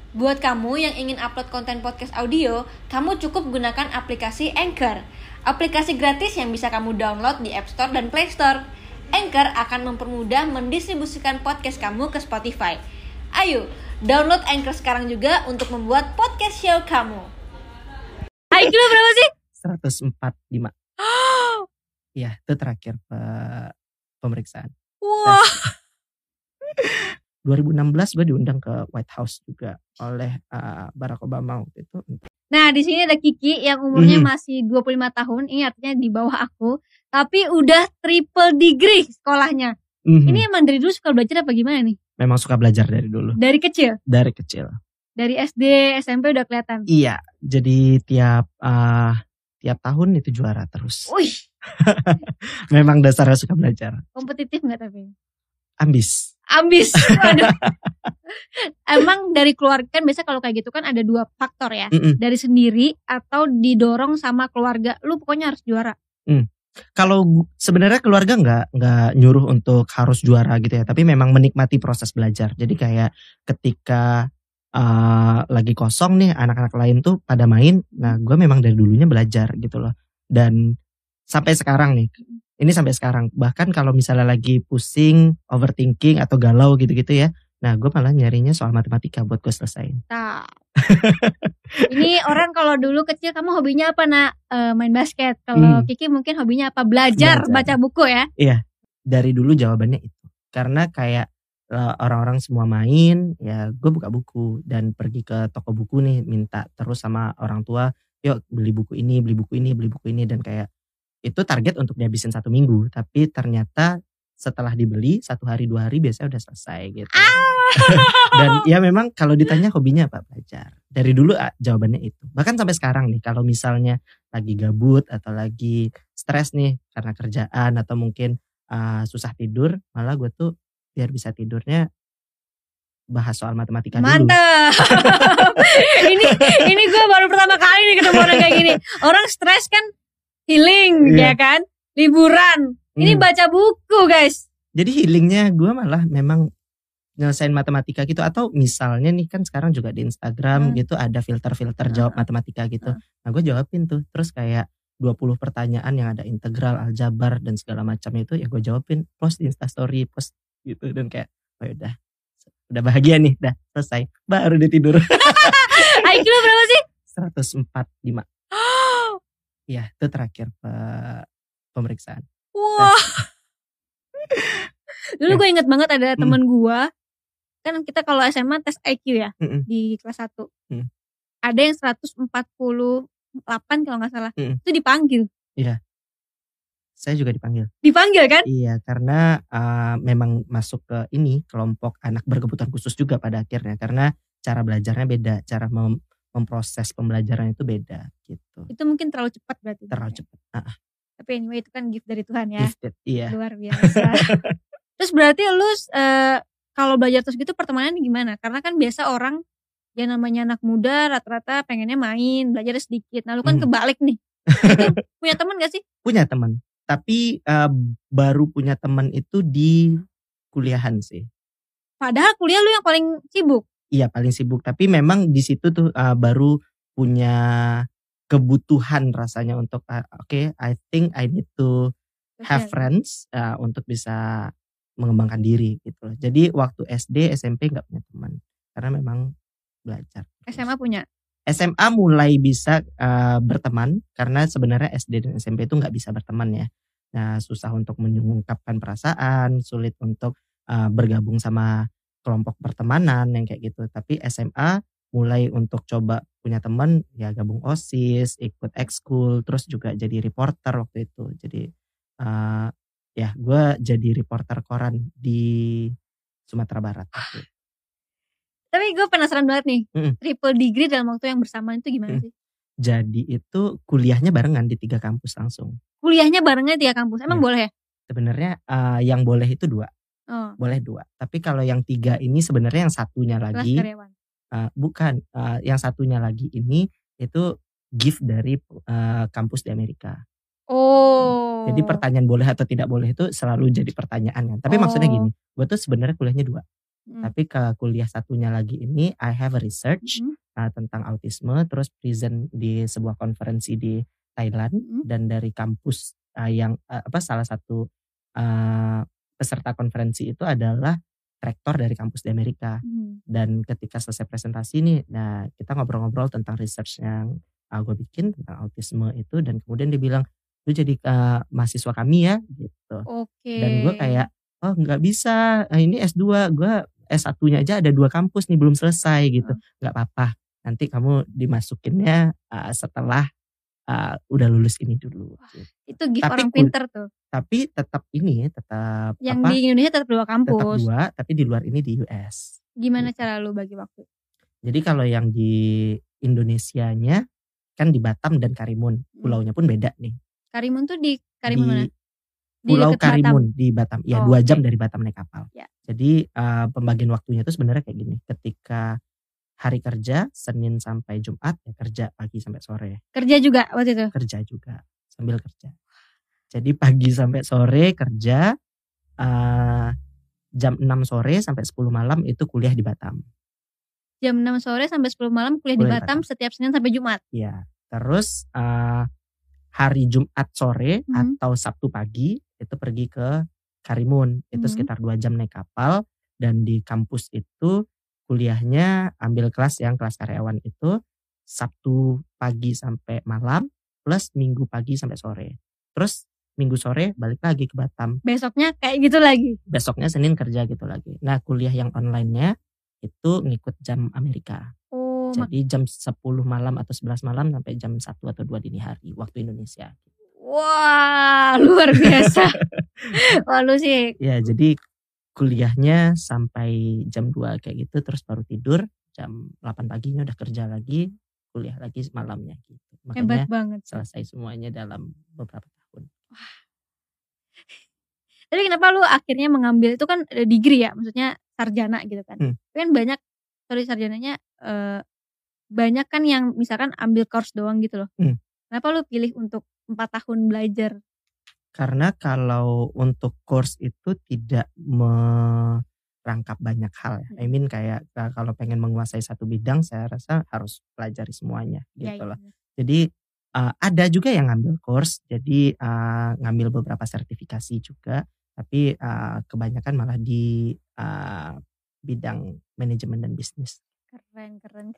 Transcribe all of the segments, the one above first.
Buat kamu yang ingin upload konten podcast audio, kamu cukup gunakan aplikasi Anchor. Aplikasi gratis yang bisa kamu download di App Store dan Play Store. Anchor akan mempermudah mendistribusikan podcast kamu ke Spotify. Ayo, download Anchor sekarang juga untuk membuat podcast show kamu. IQ lo berapa sih? 145. Ya, itu terakhir pemeriksaan. Wah. 2016 gue diundang ke White House juga oleh Barack Obama waktu itu. Nah, di sini ada Kiki yang umurnya masih 25 tahun. Ini artinya di bawah aku, tapi udah triple degree sekolahnya. Ini emang dari dulu suka belajar apa gimana nih? Memang suka belajar dari dulu. Dari kecil? Dari kecil. Dari SD, SMP udah kelihatan? Iya, jadi tiap tahun itu juara terus. Wih. Memang dasarnya suka belajar. Kompetitif gak tapi? Ambis. Waduh. Emang dari keluarga kan biasa kalau kayak gitu kan ada dua faktor ya. Dari sendiri atau didorong sama keluarga. Lu pokoknya harus juara. Kalau sebenarnya keluarga nggak nyuruh untuk harus juara gitu ya, tapi memang menikmati proses belajar. Jadi kayak ketika lagi kosong nih, anak-anak lain tuh pada main, nah gue memang dari dulunya belajar gitu loh. Dan sampai sekarang nih, ini sampai sekarang, bahkan kalau misalnya lagi pusing, overthinking atau galau gitu-gitu ya, nah gue malah nyarinya soal matematika buat gue selesain. Nah, ini orang kalau dulu kecil kamu hobinya apa nak? Main basket. Kalau Kiki mungkin hobinya apa? Belajar, baca buku ya? Iya, dari dulu jawabannya itu. Karena kayak orang-orang semua main, ya gue buka buku dan pergi ke toko buku nih, minta terus sama orang tua, yuk beli buku ini, dan kayak itu target untuk dihabisin 1 minggu, tapi ternyata setelah dibeli 1 hari 2 hari biasanya udah selesai gitu. Dan ya memang kalau ditanya hobinya apa, belajar. Dari dulu jawabannya itu. Bahkan sampai sekarang nih, kalau misalnya lagi gabut atau lagi stres nih karena kerjaan atau mungkin susah tidur, malah gue tuh biar bisa tidurnya bahas soal matematika dulu. Mantap. ini gue baru pertama kali nih ketemu orang kayak gini. Orang stres kan healing, ya kan? Liburan. Ini baca buku, guys. Jadi healingnya gue malah memang nyelesain matematika gitu. Atau misalnya nih kan sekarang juga di Instagram gitu ada filter-filter jawab matematika gitu. Nah gue jawabin tuh. Terus kayak 20 pertanyaan yang ada integral, aljabar dan segala macam itu ya gue jawabin. Post di Instastory, post gitu. Dan kayak oh yaudah, udah bahagia nih, udah selesai. Baru dia tidur. IQ lo berapa sih? 145. Ya, itu terakhir pemeriksaan. Wah. Dulu gue inget banget ada temen gue. Kan kita kalau SMA tes IQ ya. Di kelas 1. Ada yang 148 kalau gak salah. Itu dipanggil. Iya. Saya juga dipanggil. Dipanggil kan? Iya, karena memang masuk ke ini kelompok anak berkebutuhan khusus juga pada akhirnya. Karena cara belajarnya beda. Cara memproses pembelajaran itu beda gitu. Itu mungkin terlalu cepat berarti. Terlalu cepat. Tapi anyway itu kan gift dari Tuhan ya. Gifted, iya. Luar biasa. Terus berarti lu kalau belajar terus gitu pertemanannya gimana? Karena kan biasa orang yang namanya anak muda rata-rata pengennya main, belajar sedikit. Nah lu kan kebalik nih. Itu punya teman gak sih? Punya teman. Tapi baru punya teman itu di kuliahan sih. Padahal kuliah lu yang paling sibuk. Iya paling sibuk, tapi memang di situ tuh baru punya kebutuhan rasanya untuk okay, I think I need to have friends untuk bisa mengembangkan diri gitu. Jadi waktu SD, SMP nggak punya teman karena memang belajar. SMA punya? SMA mulai bisa berteman karena sebenarnya SD dan SMP itu nggak bisa berteman ya. Nah susah untuk mengungkapkan perasaan, sulit untuk bergabung sama kelompok pertemanan yang kayak gitu. Tapi SMA mulai untuk coba punya teman ya, gabung OSIS, ikut ekskul, terus juga jadi reporter waktu itu. Jadi ya gue jadi reporter koran di Sumatera Barat. Tapi gue penasaran banget nih, triple degree dalam waktu yang bersamaan itu gimana sih? Jadi itu kuliahnya barengan di 3 kampus langsung. Kuliahnya barengan di 3 kampus, emang boleh ya? Sebenarnya yang boleh itu 2. Boleh 2. Tapi kalau yang 3 ini sebenarnya yang satunya lagi. Kelas karyawan. Bukan, yang satunya lagi ini itu gift dari kampus di Amerika. Oh. Jadi pertanyaan boleh atau tidak boleh itu selalu jadi pertanyaan kan. Tapi maksudnya gini, gue tuh sebenarnya kuliahnya 2. Tapi ke kuliah satunya lagi ini I have a research tentang autisme, terus present di sebuah konferensi di Thailand, dan dari kampus yang salah satu peserta konferensi itu adalah rektor dari kampus di Amerika. Dan ketika selesai presentasi nih, nah kita ngobrol-ngobrol tentang research yang gue bikin tentang autisme itu, dan kemudian dia bilang, lu jadi mahasiswa kami ya gitu. Dan gue kayak, oh nggak bisa, ini S2, gue S1-nya aja ada 2 kampus nih belum selesai gitu. Nggak apa-apa, nanti kamu dimasukinnya setelah udah lulus ini dulu. Gitu. Itu gift orang pinter tuh. Tapi tetap yang di Indonesia tetap 2 kampus. Tetap 2, tapi di luar ini di US. Gimana cara lu bagi waktu? Jadi kalau yang di Indonesianya kan di Batam dan Karimun, pulaunya pun beda nih. Karimun tuh di Karimun mana? Pulau Karimun di Batam. Ya 2 jam dari Batam naik kapal. Ya. Jadi pembagian waktunya itu sebenarnya kayak gini. Ketika hari kerja Senin sampai Jumat ya kerja pagi sampai sore. Kerja juga waktu itu? Kerja juga, sambil kerja. Jadi pagi sampai sore kerja, jam 6 sore sampai 10 malam itu kuliah di Batam. Jam 6 sore sampai 10 malam kuliah di Batam setiap Senin sampai Jumat? Iya. Terus hari Jumat sore atau Sabtu pagi itu pergi ke Karimun. Itu sekitar 2 jam naik kapal, dan di kampus itu kuliahnya ambil kelas karyawan itu Sabtu pagi sampai malam plus Minggu pagi sampai sore. Terus Minggu sore balik lagi ke Batam. Besoknya kayak gitu lagi? Besoknya Senin kerja gitu lagi. Nah kuliah yang online-nya itu ngikut jam Amerika. Jadi jam 10 malam atau 11 malam sampai jam 1 atau 2 dini hari waktu Indonesia. Wah luar biasa. Wah lu sih. Ya jadi kuliahnya sampai jam 2 kayak gitu, terus baru tidur jam 8 paginya udah kerja lagi, kuliah lagi malamnya gitu. Makanya hebat banget. Selesai semuanya dalam beberapa tahun. Wah. Tapi kenapa lu akhirnya mengambil itu kan degree ya, maksudnya sarjana gitu kan. Tapi kan banyak sarjananya banyak kan yang misalkan ambil course doang gitu loh. Kenapa lu pilih untuk 4 tahun belajar? Karena kalau untuk course itu tidak merangkap banyak hal ya. I mean kayak kalau pengen menguasai satu bidang saya rasa harus pelajari semuanya gitu loh. Jadi ada juga yang ngambil course, jadi ngambil beberapa sertifikasi juga, tapi kebanyakan malah di bidang manajemen dan bisnis. Keren.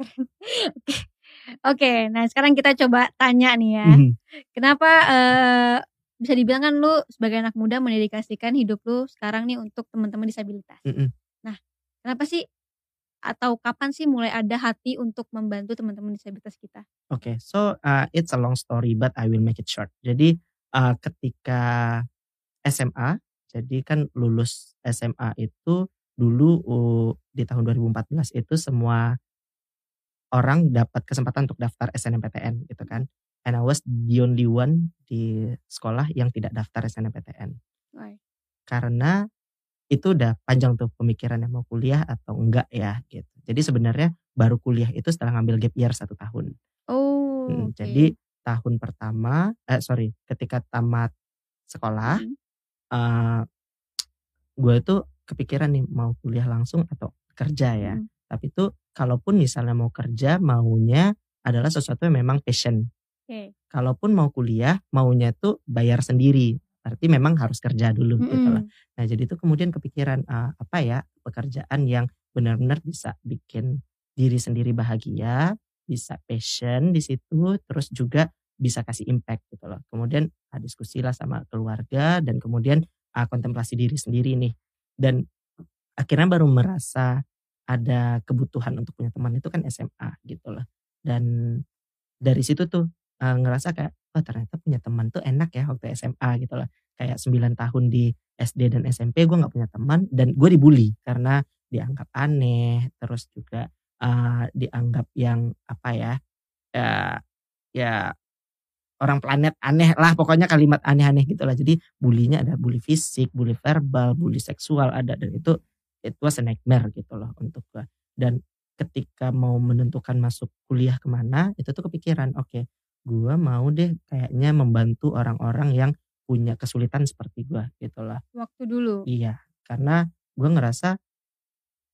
Oke, nah sekarang kita coba tanya nih ya. Kenapa bisa dibilang kan lu sebagai anak muda mendedikasikan hidup lu sekarang nih untuk teman-teman disabilitas. Nah, kenapa sih atau kapan sih mulai ada hati untuk membantu teman-teman disabilitas kita? Okay, so it's a long story but I will make it short. Jadi ketika SMA, jadi kan lulus SMA itu dulu di tahun 2014 itu semua orang dapat kesempatan untuk daftar SNMPTN gitu kan. And I was the only one di sekolah yang tidak daftar SNMPTN. Karena itu udah panjang tuh pemikirannya mau kuliah atau enggak ya gitu. Jadi sebenarnya baru kuliah itu setelah ngambil gap year 1 tahun. Jadi tahun pertama, ketika tamat sekolah, gue tuh kepikiran nih mau kuliah langsung atau kerja ya. Tapi tuh kalaupun misalnya mau kerja maunya adalah sesuatu yang memang passion. Kalaupun mau kuliah maunya tuh bayar sendiri, berarti memang harus kerja dulu gitu lah. Nah jadi tuh kemudian kepikiran apa ya pekerjaan yang benar-benar bisa bikin diri sendiri bahagia, bisa passion di situ, terus juga bisa kasih impact gitu loh. Kemudian diskusi lah sama keluarga dan kemudian kontemplasi diri sendiri nih. Dan akhirnya baru merasa ada kebutuhan untuk punya teman itu kan SMA gitu loh. Dan dari situ tuh ngerasa kayak ternyata punya teman tuh enak ya waktu SMA gitu loh. Kayak 9 tahun di SD dan SMP gue gak punya teman dan gue dibully karena dianggap aneh, terus juga dianggap yang apa ya orang planet aneh lah, pokoknya kalimat aneh-aneh gitu lah. Jadi bullynya ada bully fisik, bully verbal, bully seksual ada, dan itu was a nightmare gitu loh untuk gue. Dan ketika mau menentukan masuk kuliah kemana itu tuh kepikiran oke, gue mau deh kayaknya membantu orang-orang yang punya kesulitan seperti gue gitu loh. Waktu dulu? Iya, karena gue ngerasa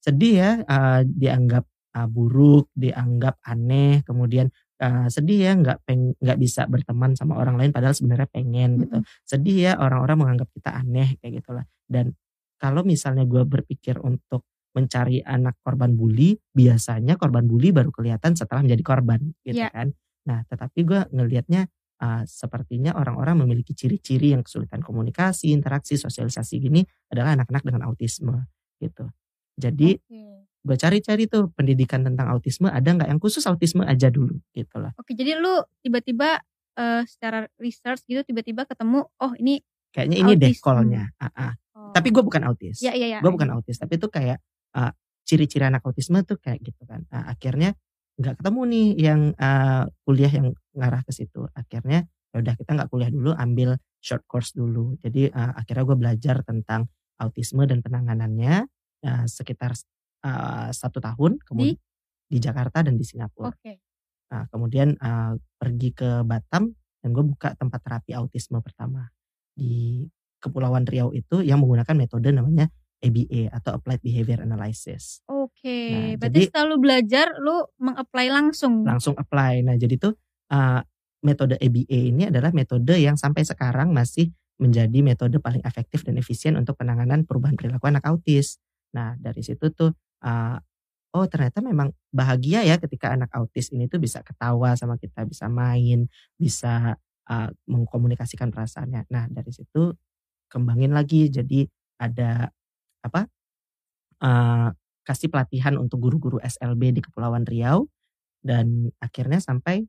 sedih ya, dianggap buruk, dianggap aneh, kemudian sedih ya nggak bisa berteman sama orang lain padahal sebenarnya pengen gitu. Sedih ya orang-orang menganggap kita aneh kayak gitulah. Dan kalau misalnya gue berpikir untuk mencari anak korban bully, biasanya korban bully baru kelihatan setelah menjadi korban gitu Iya. kan. Nah, tetapi gue ngelihatnya sepertinya orang-orang memiliki ciri-ciri yang kesulitan komunikasi, interaksi, sosialisasi gini adalah anak-anak dengan autisme gitu. Jadi Oke. gue cari-cari tuh pendidikan tentang autisme ada nggak yang khusus autisme aja dulu gitu lah. Oke, jadi lu tiba-tiba secara research gitu tiba-tiba ketemu, oh ini Kayaknya ini deh autism. call-nya. Oh. Tapi gue bukan autis. Ya, iya, iya. Gue bukan autis, tapi itu kayak ciri-ciri anak autisme tuh kayak gitu kan. Nah, akhirnya nggak ketemu nih yang kuliah yang ngarah ke situ. Akhirnya ya udah kita nggak kuliah dulu, ambil short course dulu. Jadi akhirnya gue belajar tentang autisme dan penanganannya sekitar 1 tahun kemudian di Jakarta dan di Singapura. Oke. Nah, kemudian pergi ke Batam dan gue buka tempat terapi autisme pertama di Kepulauan Riau itu yang menggunakan metode namanya ABA atau Applied Behavior Analysis. Oke, Nah, berarti jadi setelah lu belajar lu meng-apply langsung? langsung apply. Nah, jadi tuh metode ABA ini adalah metode yang sampai sekarang masih menjadi metode paling efektif dan efisien untuk penanganan perubahan perilaku anak autis. Nah, dari situ tuh oh ternyata memang bahagia ya ketika anak autis ini tuh bisa ketawa sama kita, bisa main, bisa mengkomunikasikan perasaannya. Nah, dari situ kembangin lagi jadi ada apa, kasih pelatihan untuk guru-guru SLB di Kepulauan Riau dan akhirnya sampai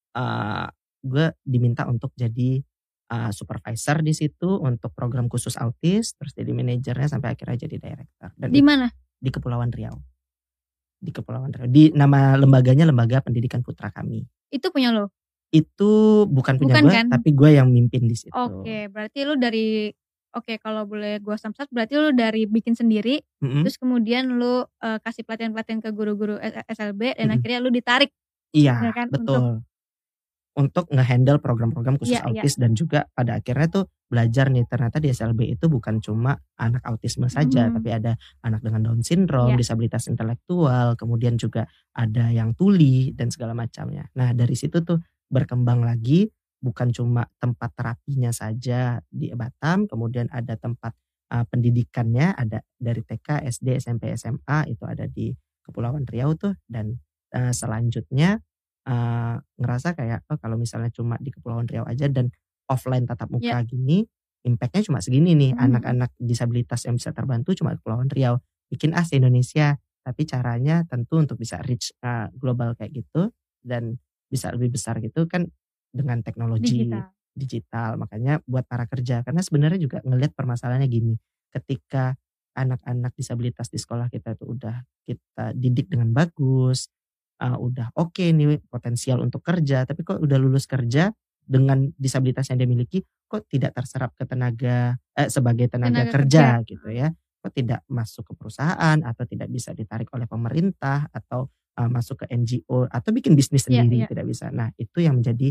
gue diminta untuk jadi supervisor di situ untuk program khusus autis, terus jadi manajernya sampai akhirnya jadi director. Dan Di mana? di Kepulauan Riau. Di Kepulauan Riau. Di nama lembaganya Lembaga Pendidikan Putra Kami. Itu punya lo? Itu bukan punya Bukan gue, kan? tapi gue yang mimpin di situ. Oke, berarti lu dari kalau boleh gue samsat berarti lu dari bikin sendiri, terus kemudian lu kasih pelatihan-pelatihan ke guru-guru SLB dan akhirnya lu ditarik. Iya, ya kan? betul. Untuk nge-handle program-program khusus Iya, iya. autis dan juga pada akhirnya tuh belajar nih ternyata di SLB itu bukan cuma anak autisme saja, tapi ada anak dengan Down syndrome, Iya. disabilitas intelektual, kemudian juga ada yang tuli dan segala macamnya. Nah, dari situ tuh berkembang lagi bukan cuma tempat terapinya saja di Batam, kemudian ada tempat pendidikannya ada dari TK, SD, SMP, SMA itu ada di Kepulauan Riau tuh dan selanjutnya ngerasa kayak oh kalau misalnya cuma di Kepulauan Riau aja dan offline tatap muka gini impactnya cuma segini nih anak-anak disabilitas yang bisa terbantu cuma di Kepulauan Riau bikin se-Indonesia tapi caranya tentu untuk bisa reach global kayak gitu dan bisa lebih besar gitu kan dengan teknologi digital makanya buat para kerja karena sebenarnya juga ngelihat permasalahannya gini ketika anak-anak disabilitas di sekolah kita itu udah kita didik dengan bagus udah oke nih potensial untuk kerja tapi kok udah lulus kerja dengan disabilitas yang dia miliki kok tidak terserap ke sebagai tenaga kerja gitu ya kok tidak masuk ke perusahaan atau tidak bisa ditarik oleh pemerintah atau masuk ke NGO atau bikin bisnis sendiri tidak bisa nah itu yang menjadi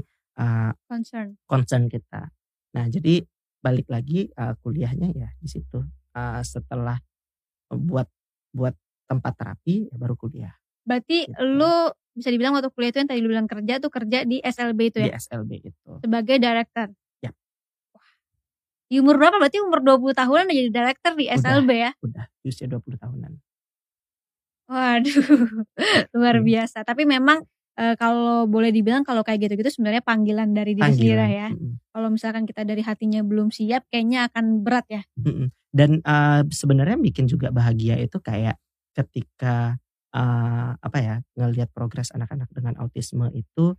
concern kita nah jadi balik lagi kuliahnya ya di situ setelah buat tempat terapi ya baru kuliah. Berarti lu bisa dibilang waktu kuliah itu yang tadi lu bilang kerja tuh kerja di SLB itu ya? Di SLB itu. Sebagai director? Ya. Wah. Di umur berapa? Berarti umur 20 tahunan udah jadi director di SLB ya? Udah, di usia 20 tahunan. Waduh, luar biasa. Tapi memang kalau boleh dibilang kalau kayak gitu-gitu sebenarnya panggilan dari diri sendiri ya. Kalau misalkan kita dari hatinya belum siap kayaknya akan berat ya. Dan sebenarnya bikin juga bahagia itu kayak ketika ngelihat progres anak-anak dengan autisme itu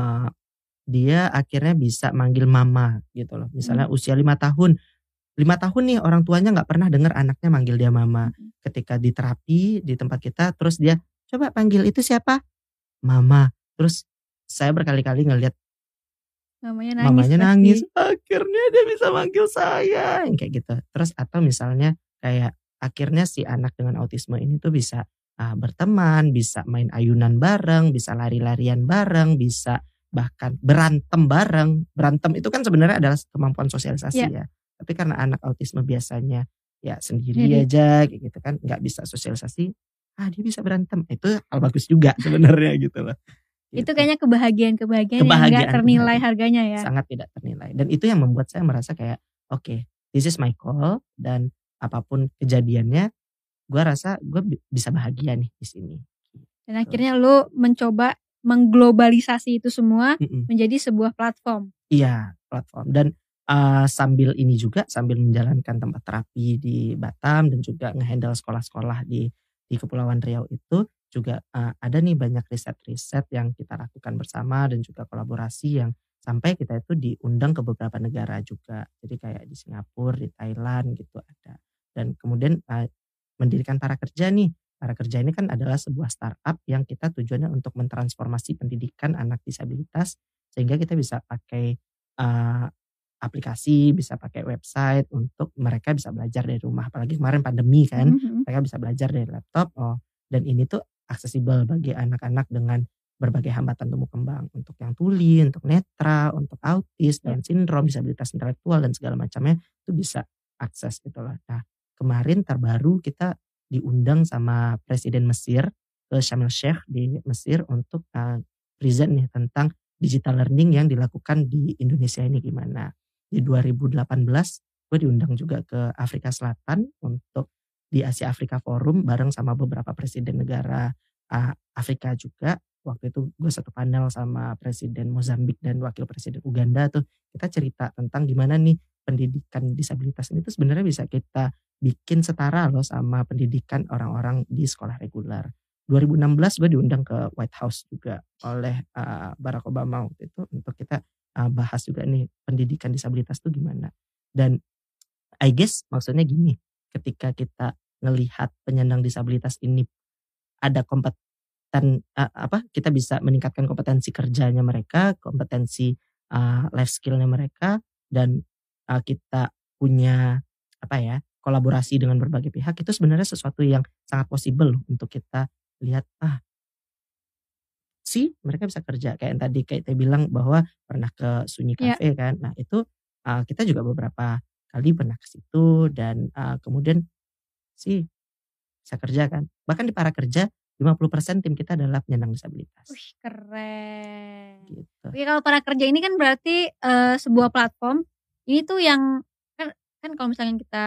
dia akhirnya bisa manggil mama gitu loh. Misalnya usia 5 tahun. 5 tahun nih orang tuanya gak pernah dengar anaknya manggil dia mama. Ketika di terapi di tempat kita terus dia coba panggil itu siapa? Mama. Terus saya berkali-kali ngelihat mamanya nangis. Akhirnya dia bisa manggil saya. Kayak gitu. Terus atau misalnya kayak akhirnya si anak dengan autisme ini tuh bisa berteman, bisa main ayunan bareng, bisa lari-larian bareng, bisa bahkan berantem bareng. Berantem itu kan sebenarnya adalah kemampuan sosialisasi ya. Tapi karena anak autisme biasanya ya sendiri aja kayak gitu kan, nggak bisa sosialisasi. dia bisa berantem, itu hal bagus juga sebenarnya gitu loh. Itu Gitu. kayaknya kebahagiaan yang nggak ternilai harganya ya. Sangat tidak ternilai. Dan itu yang membuat saya merasa kayak oke, this is my call, dan apapun kejadiannya gue rasa gue bisa bahagia nih di sini. Dan akhirnya lo mencoba mengglobalisasi itu semua menjadi sebuah platform. Iya, platform. Dan sambil menjalankan tempat terapi di Batam dan juga ngehandle sekolah-sekolah di Kepulauan Riau itu juga ada nih banyak riset-riset yang kita lakukan bersama dan juga kolaborasi yang sampai kita itu diundang ke beberapa negara juga. Jadi kayak di Singapura, di Thailand gitu ada. Dan kemudian mendirikan Para Kerja nih. Para Kerja ini kan adalah sebuah startup yang kita tujuannya untuk mentransformasi pendidikan anak disabilitas sehingga kita bisa pakai aplikasi, bisa pakai website untuk mereka bisa belajar dari rumah. Apalagi kemarin pandemi kan, mereka bisa belajar dari laptop. Dan ini tuh aksesibel bagi anak-anak dengan berbagai hambatan tumbuh kembang. Untuk yang tuli, untuk netra, untuk autis, dan sindrom, disabilitas intelektual dan segala macamnya itu bisa akses gitu loh. Nah kemarin terbaru kita diundang sama Presiden Mesir ke Sharm el Sheikh di Mesir untuk present nih tentang digital learning yang dilakukan di Indonesia ini gimana. Di 2018 gue diundang juga ke Afrika Selatan untuk di Asia Afrika Forum bareng sama beberapa presiden negara Afrika juga. Waktu itu gue satu panel sama Presiden Mozambik dan Wakil Presiden Uganda tuh. Kita cerita tentang gimana nih pendidikan disabilitas ini tuh sebenarnya bisa kita bikin setara loh sama pendidikan orang-orang di sekolah reguler. 2016 gue diundang ke White House juga oleh Barack Obama waktu itu untuk kita bahas juga nih pendidikan disabilitas tuh gimana. Dan I guess maksudnya gini, ketika kita ngelihat penyandang disabilitas ini ada kita bisa meningkatkan kompetensi kerjanya mereka, kompetensi life skillnya mereka, dan kita punya kolaborasi dengan berbagai pihak, itu sebenarnya sesuatu yang sangat possible untuk kita lihat mereka bisa kerja kayak yang tadi Teh bilang bahwa pernah ke Sunyi Cafe kan. Nah itu kita juga beberapa kali pernah ke situ dan kemudian bisa kerja kan. Bahkan di Para Kerja 50% tim kita adalah penyandang disabilitas. Wih, keren. Gitu. Oke, kalau Para Kerja ini kan berarti sebuah platform. Ini tuh yang kan kalau misalnya kita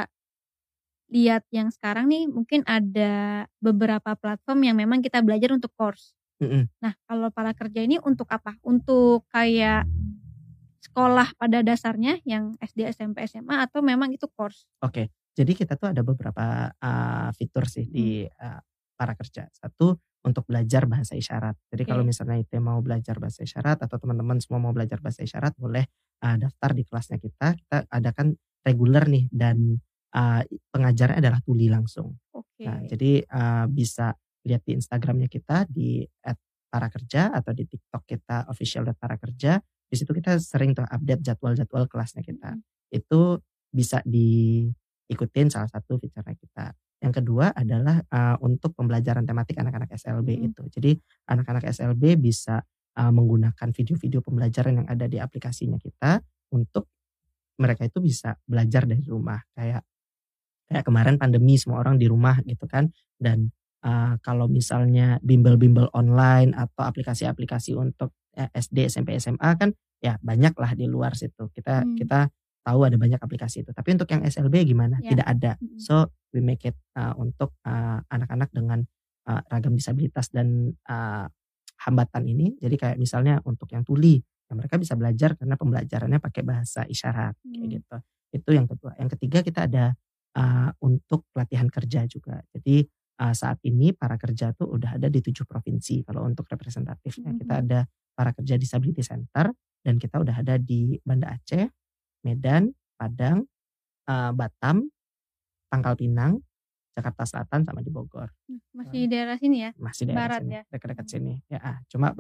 lihat yang sekarang nih mungkin ada beberapa platform yang memang kita belajar untuk course. Nah, kalau Para Kerja ini untuk apa? Untuk kayak sekolah pada dasarnya yang SD, SMP, SMA atau memang itu course? Oke, jadi kita tuh ada beberapa fitur sih di Para Kerja. Satu, untuk belajar bahasa isyarat. Jadi kalau misalnya itu mau belajar bahasa isyarat atau teman-teman semua mau belajar bahasa isyarat, boleh daftar di kelasnya kita. Kita adakan reguler nih dan pengajarnya adalah tuli langsung. Nah, jadi bisa lihat di Instagramnya kita di @parakerja atau di TikTok kita official.parakerja. Di situ kita sering tuh update jadwal-jadwal kelasnya kita. Itu bisa diikutin salah satu fiturnya kita. Yang kedua adalah untuk pembelajaran tematik anak-anak SLB itu. Jadi anak-anak SLB bisa menggunakan video-video pembelajaran yang ada di aplikasinya kita untuk mereka itu bisa belajar dari rumah. Kayak kemarin pandemi semua orang di rumah gitu kan. Dan kalau misalnya bimbel-bimbel online atau aplikasi-aplikasi untuk SD, SMP, SMA kan ya banyak lah di luar situ. Kita tahu ada banyak aplikasi itu. Tapi untuk yang SLB gimana? Tidak ada. So we make it untuk anak-anak dengan ragam disabilitas dan hambatan ini. Jadi kayak misalnya untuk yang tuli, ya mereka bisa belajar karena pembelajarannya pakai bahasa isyarat kayak gitu. Itu yang kedua. Yang ketiga kita ada untuk pelatihan kerja juga. Jadi saat ini Para Kerja tuh udah ada di 7 provinsi. Kalau untuk representatifnya kita ada Para Kerja Disability Center dan kita udah ada di Banda Aceh, Medan, Padang, Batam, Pangkal Pinang, Jakarta Selatan sama di Bogor. Masih daerah sini ya? Masih daerah Barat sini, ya? dekat-dekat sini. Ya, cuma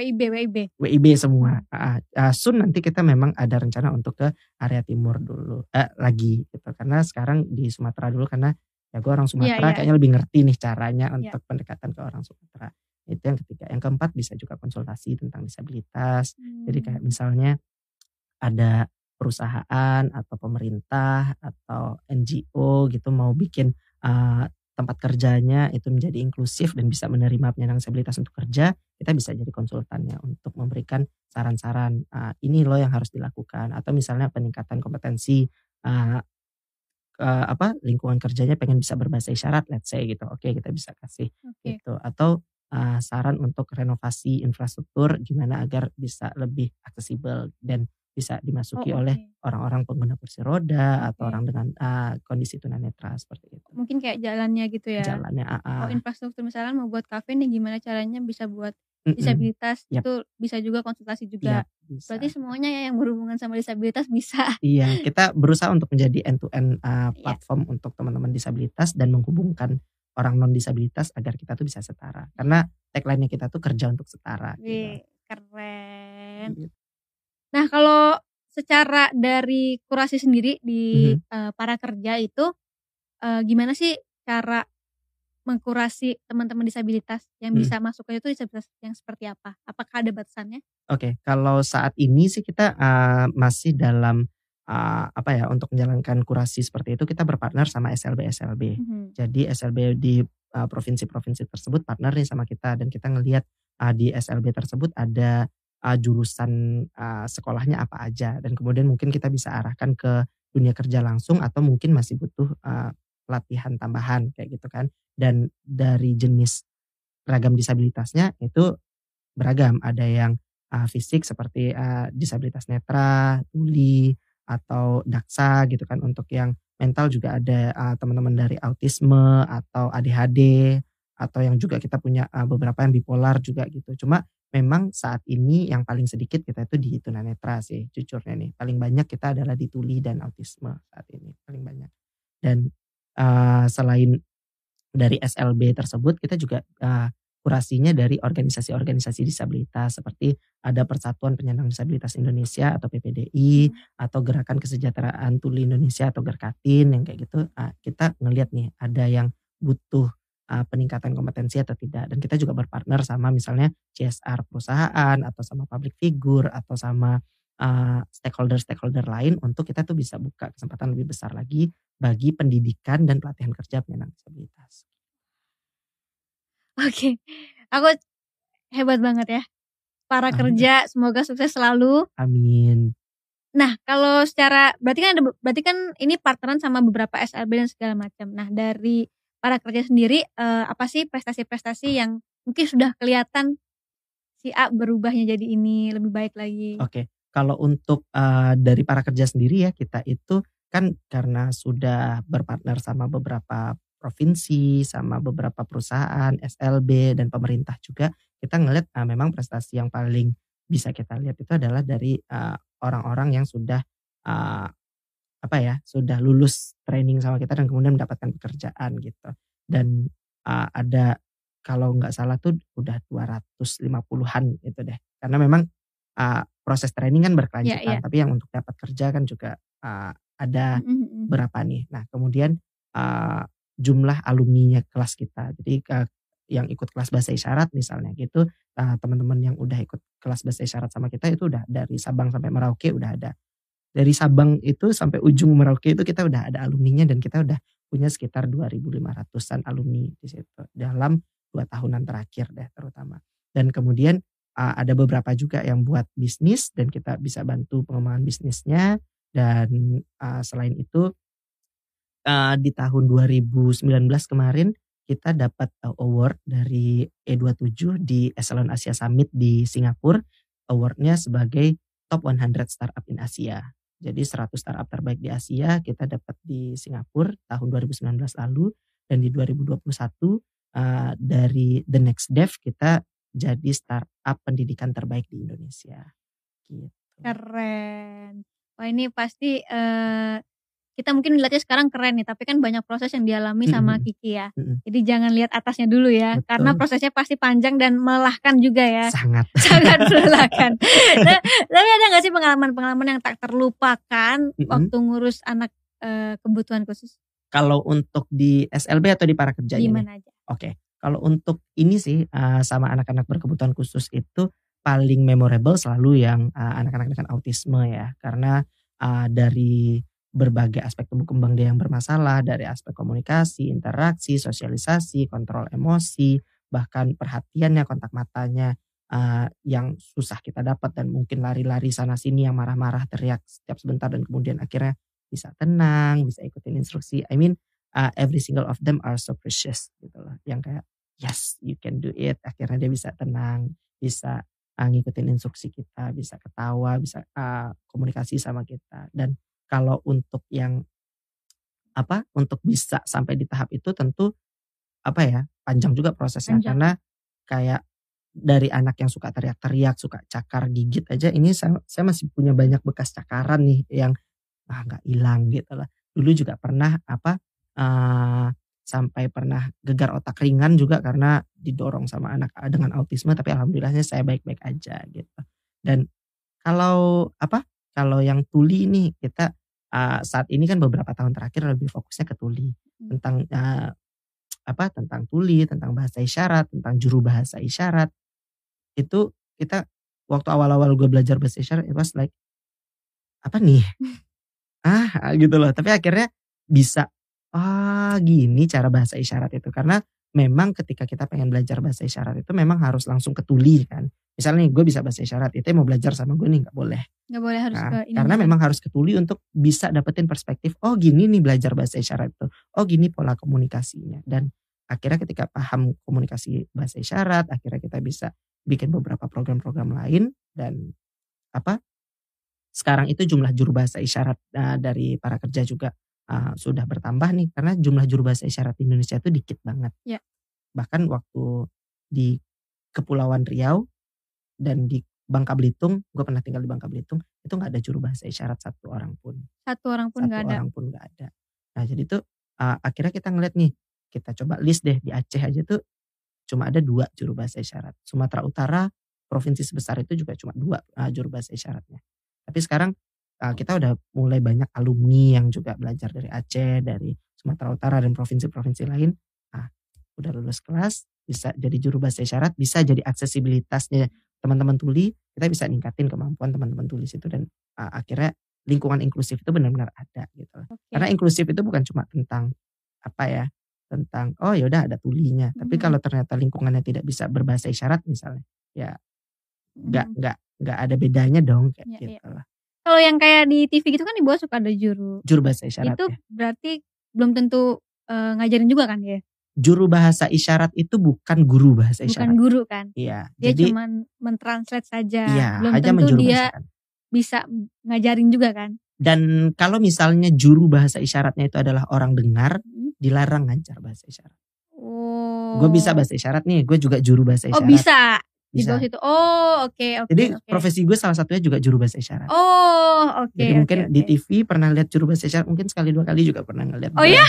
WIB semua. Soon nanti kita memang ada rencana untuk ke area timur dulu lagi gitu. Karena sekarang di Sumatera dulu karena ya gue orang Sumatera kayaknya lebih ngerti nih caranya untuk pendekatan ke orang Sumatera. Itu yang ketiga. Yang keempat bisa juga konsultasi tentang disabilitas. Jadi kayak misalnya ada perusahaan atau pemerintah atau NGO gitu mau bikin tempat kerjanya itu menjadi inklusif dan bisa menerima penyandang disabilitas untuk kerja, kita bisa jadi konsultannya untuk memberikan saran-saran, ini loh yang harus dilakukan, atau misalnya peningkatan kompetensi, eee lingkungan kerjanya pengen bisa berbahasa isyarat let's say gitu, oke kita bisa kasih Oke. gitu. Atau, saran untuk renovasi infrastruktur gimana agar bisa lebih aksesibel dan bisa dimasuki Oh, oleh oke. orang-orang pengguna kursi roda atau Oke. orang dengan, kondisi tunanetra seperti itu. Mungkin kayak jalannya gitu ya? Jalannya Oh, infrastruktur misalkan mau buat kafe nih gimana caranya bisa buat mhm, disabilitas, yap itu bisa juga konsultasi juga. yap, bisa. Berarti semuanya ya yang berhubungan sama disabilitas bisa. Iya, kita berusaha untuk menjadi end to end, Iya. platform untuk teman-teman disabilitas dan menghubungkan orang non disabilitas agar kita tuh bisa setara. Karena tagline-nya kita tuh kerja untuk setara gitu. Wih, keren. Gitu. Nah, kalau secara dari kurasi sendiri di, Mhm, para kerja itu, gimana sih cara mengkurasi teman-teman disabilitas yang mhm. bisa masuk ke itu disabilitas yang seperti apa? Apakah ada batasannya? Oke, kalau saat ini sih kita, masih dalam, apa ya, untuk menjalankan kurasi seperti itu kita berpartner sama SLB-SLB. Mhm. Jadi SLB di, provinsi-provinsi tersebut partner nih sama kita dan kita ngelihat, di SLB tersebut ada, jurusan, sekolahnya apa aja dan kemudian mungkin kita bisa arahkan ke dunia kerja langsung atau mungkin masih butuh, pelatihan tambahan kayak gitu kan. Dan dari jenis ragam disabilitasnya itu beragam, ada yang, fisik seperti, disabilitas netra, tuli, atau daksa gitu kan. Untuk yang mental juga ada, teman-teman dari autisme atau ADHD, atau yang juga kita punya, beberapa yang bipolar juga gitu. Cuma memang saat ini yang paling sedikit kita itu di tunanetra sih jujurnya nih, paling banyak kita adalah di tuli dan autisme saat ini, paling banyak. Dan, selain dari SLB tersebut kita juga, kurasinya dari organisasi-organisasi disabilitas seperti ada Persatuan Penyandang Disabilitas Indonesia atau PPDI, Mhm. atau Gerakan Kesejahteraan Tuli Indonesia atau Gerkatin yang kayak gitu, kita ngelihat nih ada yang butuh, peningkatan kompetensi atau tidak dan kita juga berpartner sama misalnya CSR perusahaan atau sama public figure atau sama, stakeholder-stakeholder lain untuk kita tuh bisa buka kesempatan lebih besar lagi bagi pendidikan dan pelatihan kerja penyandang disabilitas. Oke, aku hebat banget ya, para Alhamdulillah, kerja semoga sukses selalu. amin. Nah, kalau secara berarti kan ini partneran sama beberapa SLB dan segala macam. Nah, dari para kerja sendiri, apa sih prestasi-prestasi yang mungkin sudah kelihatan si A berubahnya jadi ini, lebih baik lagi? Oke, kalau untuk, dari para kerja sendiri ya, kita itu kan karena sudah berpartner sama beberapa provinsi, sama beberapa perusahaan, SLB, dan pemerintah juga, kita ngelihat, memang prestasi yang paling bisa kita lihat itu adalah dari, orang-orang yang sudah, eee, apa ya, sudah lulus training sama kita dan kemudian mendapatkan pekerjaan gitu. Dan, ada kalau nggak salah tuh udah 250-an gitu deh. Karena memang, proses training kan Iya, iya. berkelanjutan, tapi yang untuk dapat kerja kan juga, ada Mhm, mhm. berapa nih. Nah kemudian, jumlah alumninya kelas kita. Jadi, yang ikut kelas bahasa isyarat misalnya gitu, teman-teman yang udah ikut kelas bahasa isyarat sama kita itu udah dari Sabang sampai Merauke udah ada. Dari Sabang itu sampai ujung Merauke itu kita udah ada alumninya dan kita udah punya sekitar 2.500-an alumni di situ dalam 2 tahunan terakhir deh terutama. Dan kemudian, ada beberapa juga yang buat bisnis dan kita bisa bantu pengembangan bisnisnya dan, selain itu, di tahun 2019 kemarin kita dapat, award dari E27 di Eselon Asia Summit di Singapura, award-nya sebagai Top 100 Startup in Asia. Jadi 100 startup terbaik di Asia kita dapat di Singapura tahun 2019 lalu dan di 2021, dari The Next Dev kita jadi startup pendidikan terbaik di Indonesia, gitu. Keren. Wah, ini pasti, kita mungkin ngeliatnya sekarang keren nih, tapi kan banyak proses yang dialami Mhm, sama mhm, Kiki ya. mhm, Jadi jangan lihat atasnya dulu ya, karena betul, prosesnya pasti panjang dan melelahkan juga ya, sangat. sangat melelahkan. Nah, tapi ada nggak sih pengalaman-pengalaman yang tak terlupakan Mhm. waktu ngurus anak, kebutuhan khusus? Kalau untuk di SLB atau di para kerjanya nih? Gimana aja? Oke, kalau untuk ini sih, sama anak-anak berkebutuhan khusus itu paling memorable selalu yang, anak-anak dengan autisme ya. Karena, dari berbagai aspek tumbuh kembang dia yang bermasalah, dari aspek komunikasi, interaksi, sosialisasi, kontrol emosi, bahkan perhatiannya, kontak matanya yang susah kita dapat dan mungkin lari-lari sana sini yang marah-marah teriak setiap sebentar dan kemudian akhirnya bisa tenang, bisa ikutin instruksi. I mean every single of them are so precious gitu loh. Yang kayak yes you can do it. Akhirnya dia bisa tenang, bisa ngikutin instruksi kita, bisa ketawa, bisa komunikasi sama kita. Dan kalau untuk yang untuk bisa sampai di tahap itu tentu panjang juga prosesnya Panjang. karena kayak dari anak yang suka teriak-teriak, suka cakar gigit aja ini saya masih punya banyak bekas cakaran nih yang nggak hilang gitu lah. Dulu juga pernah sampai pernah gegar otak ringan juga karena didorong sama anak dengan autisme tapi alhamdulillahnya saya baik-baik aja gitu. Dan kalau yang tuli nih kita saat ini kan beberapa tahun terakhir lebih fokusnya ke tuli tentang tentang tuli, tentang bahasa isyarat, tentang juru bahasa isyarat. Itu kita waktu awal-awal gue belajar bahasa isyarat it was like apa nih? Gitu loh. Tapi akhirnya bisa gini cara bahasa isyarat itu karena memang ketika kita pengen belajar bahasa isyarat itu memang harus langsung ke tuli kan. Misalnya nih gue bisa bahasa isyarat, itu mau belajar sama gue nih nggak boleh. Nggak boleh harus ke ini. Karena memang harus ke tuli untuk bisa dapetin perspektif. Oh gini nih belajar bahasa isyarat itu. Oh gini pola komunikasinya. Dan akhirnya ketika paham komunikasi bahasa isyarat, akhirnya kita bisa bikin beberapa program-program lain dan sekarang itu jumlah juru bahasa isyarat dari para kerja juga sudah bertambah nih karena jumlah juru bahasa isyarat di Indonesia itu dikit banget. Ya. Bahkan waktu di Kepulauan Riau dan di Bangka Belitung, gue pernah tinggal di Bangka Belitung, itu nggak ada juru bahasa isyarat satu orang pun. Satu orang pun nggak ada. Nah jadi tuh akhirnya kita ngeliat nih, kita coba list deh di Aceh aja tuh cuma ada 2 juru bahasa isyarat. Sumatera Utara provinsi sebesar itu juga cuma 2 juru bahasa isyaratnya. Tapi sekarang kita udah mulai banyak alumni yang juga belajar dari Aceh, dari Sumatera Utara dan provinsi-provinsi lain. Udah lulus kelas, bisa jadi juru bahasa isyarat, bisa jadi aksesibilitasnya teman-teman tuli, kita bisa ningkatin kemampuan teman-teman tulis itu dan akhirnya lingkungan inklusif itu benar-benar ada gitu. Okay. Karena inklusif itu bukan cuma tentang tentang oh ya udah ada tulinya, tapi kalau ternyata lingkungannya tidak bisa berbahasa isyarat misalnya, ya nggak ada bedanya dong kayak gitu lah. Kalau yang kayak di TV gitu kan di bawah suka ada juru bahasa isyarat. Itu berarti belum tentu ngajarin juga kan ya? Juru bahasa isyarat itu bukan guru bahasa isyarat. Bukan guru kan? Iya. Dia cuma mentranslate saja. Iya, belum hanya tentu menjuru dia bahasakan. Bisa ngajarin juga kan? Dan kalau misalnya juru bahasa isyaratnya itu adalah orang dengar, dilarang ngajar bahasa isyarat. Oh. Gue bisa bahasa isyarat nih, gue juga juru bahasa isyarat. Oh bisa. Di Bisa. bawah situ. Oh oke. Jadi profesi gue salah satunya juga juru bahasa isyarat. Oh oke. Jadi mungkin di TV pernah lihat juru bahasa isyarat, mungkin sekali 2 kali juga pernah ngeliat. Oh ya?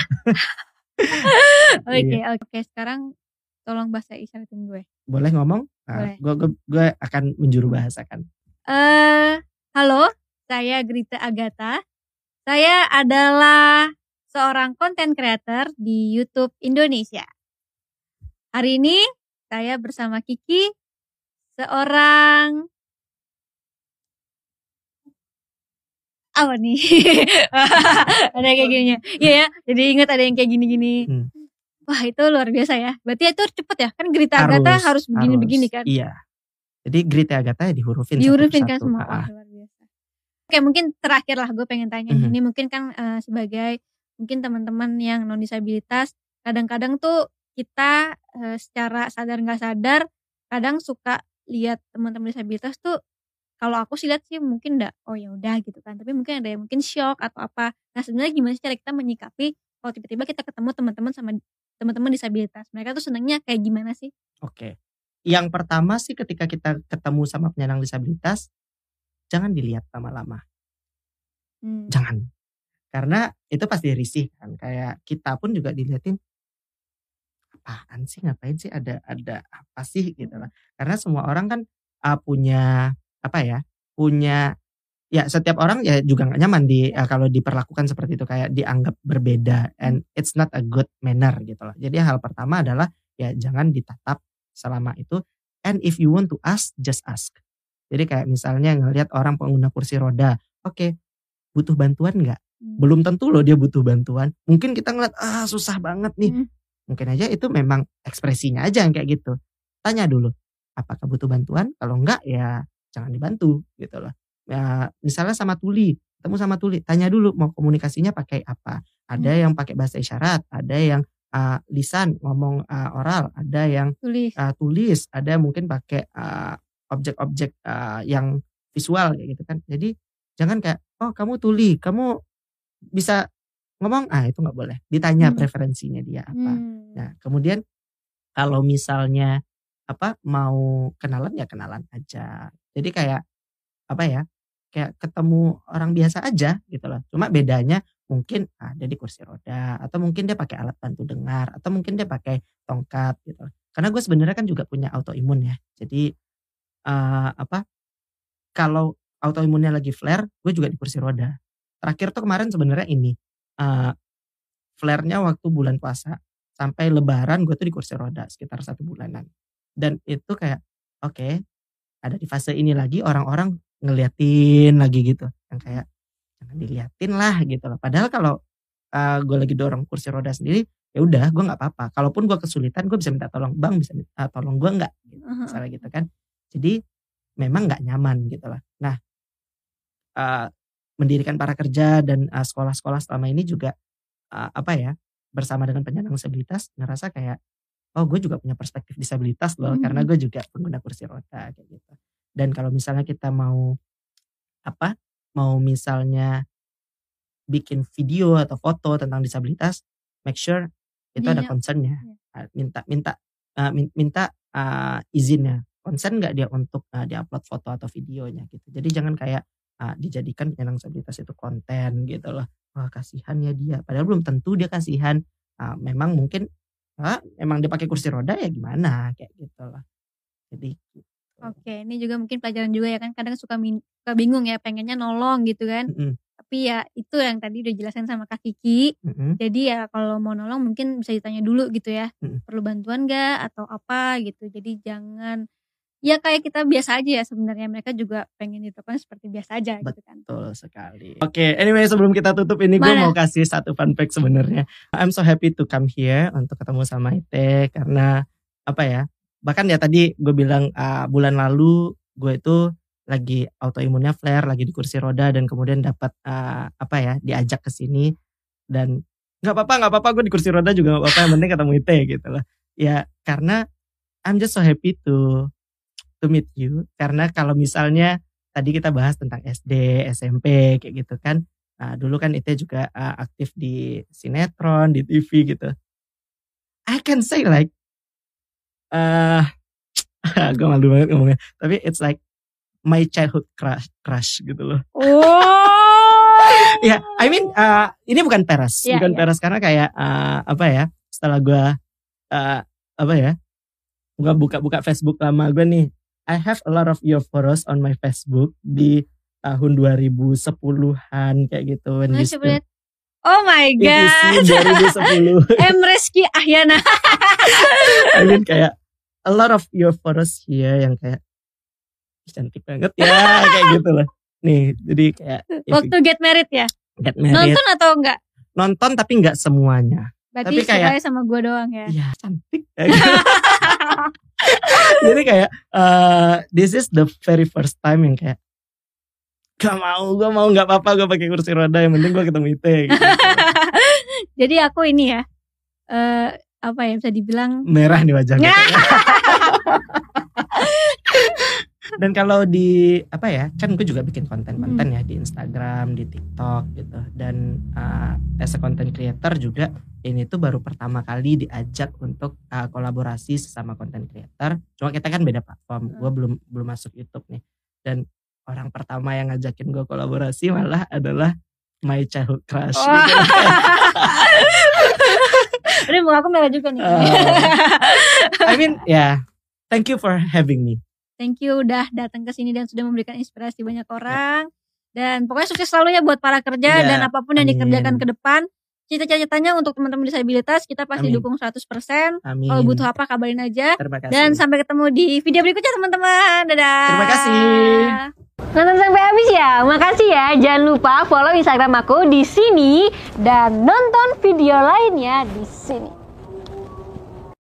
Oke. Sekarang tolong bahasa isyaratin gue. Boleh ngomong? Boleh. Gue akan menjuru bahasakan. Halo, saya Grita Agatha. Saya adalah seorang content creator di YouTube Indonesia. Hari ini saya bersama Kiki, seorang apa nih? Ada yang kayak gininya. Iya ya, jadi ingat ada yang kayak gini-gini. Wah itu luar biasa ya. Berarti itu cepet ya? Kan Grita Agatha harus begini-begini kan? Iya. Jadi Grita Agatha dihurufin kan semua. Wah, luar biasa. Oke, mungkin terakhir lah gue pengen tanya. Ini mungkin kan sebagai mungkin teman-teman yang non disabilitas, kadang-kadang tuh kita secara sadar nggak sadar kadang suka lihat teman-teman disabilitas tuh, kalau aku sih lihat sih mungkin oh ya udah gitu kan, tapi mungkin ada yang mungkin shock atau apa. Nah sebenarnya gimana sih cara kita menyikapi kalau tiba-tiba kita ketemu teman-teman sama teman-teman disabilitas, mereka tuh senangnya kayak gimana sih? Oke, yang pertama sih ketika kita ketemu sama penyandang disabilitas, jangan dilihat lama-lama. Jangan, karena itu pasti risih kan, kayak kita pun juga dilihatin apaan sih, ngapain sih, ada apa sih gitu lah. Karena semua orang kan punya setiap orang ya juga gak nyaman kalau diperlakukan seperti itu, kayak dianggap berbeda, and it's not a good manner gitu lah. Jadi hal pertama adalah ya jangan ditatap selama itu, and if you want to ask, just ask. Jadi kayak misalnya ngelihat orang pengguna kursi roda, oke, butuh bantuan gak? Belum tentu loh dia butuh bantuan. Mungkin kita ngeliat susah banget nih. Mungkin aja itu memang ekspresinya aja yang kayak gitu. Tanya dulu, apakah butuh bantuan? Kalau enggak ya jangan dibantu gitu loh. Ya, misalnya sama tuli, ketemu sama tuli, tanya dulu mau komunikasinya pakai apa. Ada yang pakai bahasa isyarat, ada yang lisan ngomong oral, ada yang tulis, ada mungkin pakai objek-objek yang visual kayak gitu kan. Jadi jangan kayak kamu tuli, kamu bisa ngomong, itu nggak boleh. Ditanya preferensinya dia apa. Nah kemudian kalau misalnya mau kenalan ya kenalan aja. Jadi kayak kayak ketemu orang biasa aja gitu loh. Cuma bedanya mungkin dia di kursi roda, atau mungkin dia pakai alat bantu dengar, atau mungkin dia pakai tongkat gitu. Karena gue sebenarnya kan juga punya autoimun ya. Jadi kalau autoimunnya lagi flare, gue juga di kursi roda. Terakhir tuh kemarin sebenarnya ini flare-nya waktu bulan puasa sampai lebaran gue tuh di kursi roda sekitar 1 bulanan. Dan itu kayak oke, ada di fase ini lagi orang-orang ngeliatin lagi gitu. Yang kayak jangan diliatin lah gitu loh. Padahal kalau gue lagi dorong kursi roda sendiri, ya udah gue nggak apa-apa. Kalaupun gue kesulitan, gue bisa minta tolong bang, bisa minta tolong gue nggak, gitu, misalnya gitu kan. Jadi memang nggak nyaman gitu lah. Nah mendirikan para kerja dan sekolah-sekolah selama ini juga bersama dengan penyandang disabilitas ngerasa kayak gue juga punya perspektif disabilitas loh, karena gue juga pengguna kursi roda kayak gitu. Dan kalau misalnya kita mau misalnya bikin video atau foto tentang disabilitas, make sure itu ada concernnya. Minta izinnya, konsen nggak dia untuk diupload foto atau videonya gitu. Jadi jangan kayak dijadikan penyandang disabilitas itu konten gitu loh. Wah kasihan ya dia, padahal belum tentu dia kasihan. Memang mungkin emang dia pakai kursi roda ya gimana kayak gitu loh. Jadi Oke, ini juga mungkin pelajaran juga ya kan, kadang suka bingung ya, pengennya nolong gitu kan. Tapi ya itu yang tadi udah jelasin sama Kak Kiki. Jadi ya kalau mau nolong mungkin bisa ditanya dulu gitu ya. Perlu bantuan gak atau apa gitu. Jadi jangan, ya kayak kita biasa aja ya sebenarnya, mereka juga pengen diperlakukan seperti biasa aja gitu kan. Betul sekali. Oke, anyway sebelum kita tutup ini gue mau kasih satu fun fact sebenarnya. I'm so happy to come here untuk ketemu sama Ite karena bahkan ya tadi gue bilang bulan lalu gue itu lagi autoimunnya flare, lagi di kursi roda dan kemudian dapat diajak ke sini dan nggak apa-apa gue di kursi roda juga nggak apa-apa, yang penting ketemu Ite gitu loh. Ya karena I'm just so happy to meet you, karena kalau misalnya tadi kita bahas tentang SD, SMP kayak gitu kan. Dulu kan Ite juga aktif di sinetron, di TV gitu. I can say like gue malu banget ngomongnya, tapi it's like my childhood crush gitu loh. Ya, I mean ini bukan peres, peres karena kayak setelah gue gue buka Facebook lama gue nih, I have a lot of your photos on my Facebook di tahun 2010-an kayak gitu. Oh my god. 2010. Reski Ahyana. I mean kayak a lot of your photos here yang kayak cantik banget ya kayak gitu loh. Nih, jadi kayak waktu get married ya? Get married. Nonton atau enggak? Nonton tapi enggak semuanya. Berarti tapi kayak sama gue doang ya? Iya, cantik. Jadi kayak this is the very first time yang kayak gue mau nggak apa-apa gue pakai kursi roda, yang penting gue ketemu Ite gitu. Jadi aku ini ya bisa dibilang merah nih wajahnya. Dan kalau di kan gue juga bikin konten-konten ya di Instagram, di TikTok gitu. Dan as a content creator juga ini tuh baru pertama kali diajak untuk kolaborasi sesama content creator. Cuma kita kan beda platform. Gue belum masuk YouTube nih. Dan orang pertama yang ngajakin gue kolaborasi malah adalah my childhood crush. Gitu. Ini muka aku merah juga nih. I mean thank you for having me. Thank you udah datang ke sini dan sudah memberikan inspirasi banyak orang. Dan pokoknya sukses selalu ya buat para kerja dan apapun yang dikerjakan ke depan. Cita-citanya untuk teman-teman disabilitas kita pasti dukung 100%. Kalau butuh apa kabarin aja. Terima kasih. Dan sampai ketemu di video berikutnya teman-teman. Dadah. Terima kasih. Nonton sampai habis ya. Makasih ya. Jangan lupa follow Instagram aku di sini dan nonton video lainnya di sini.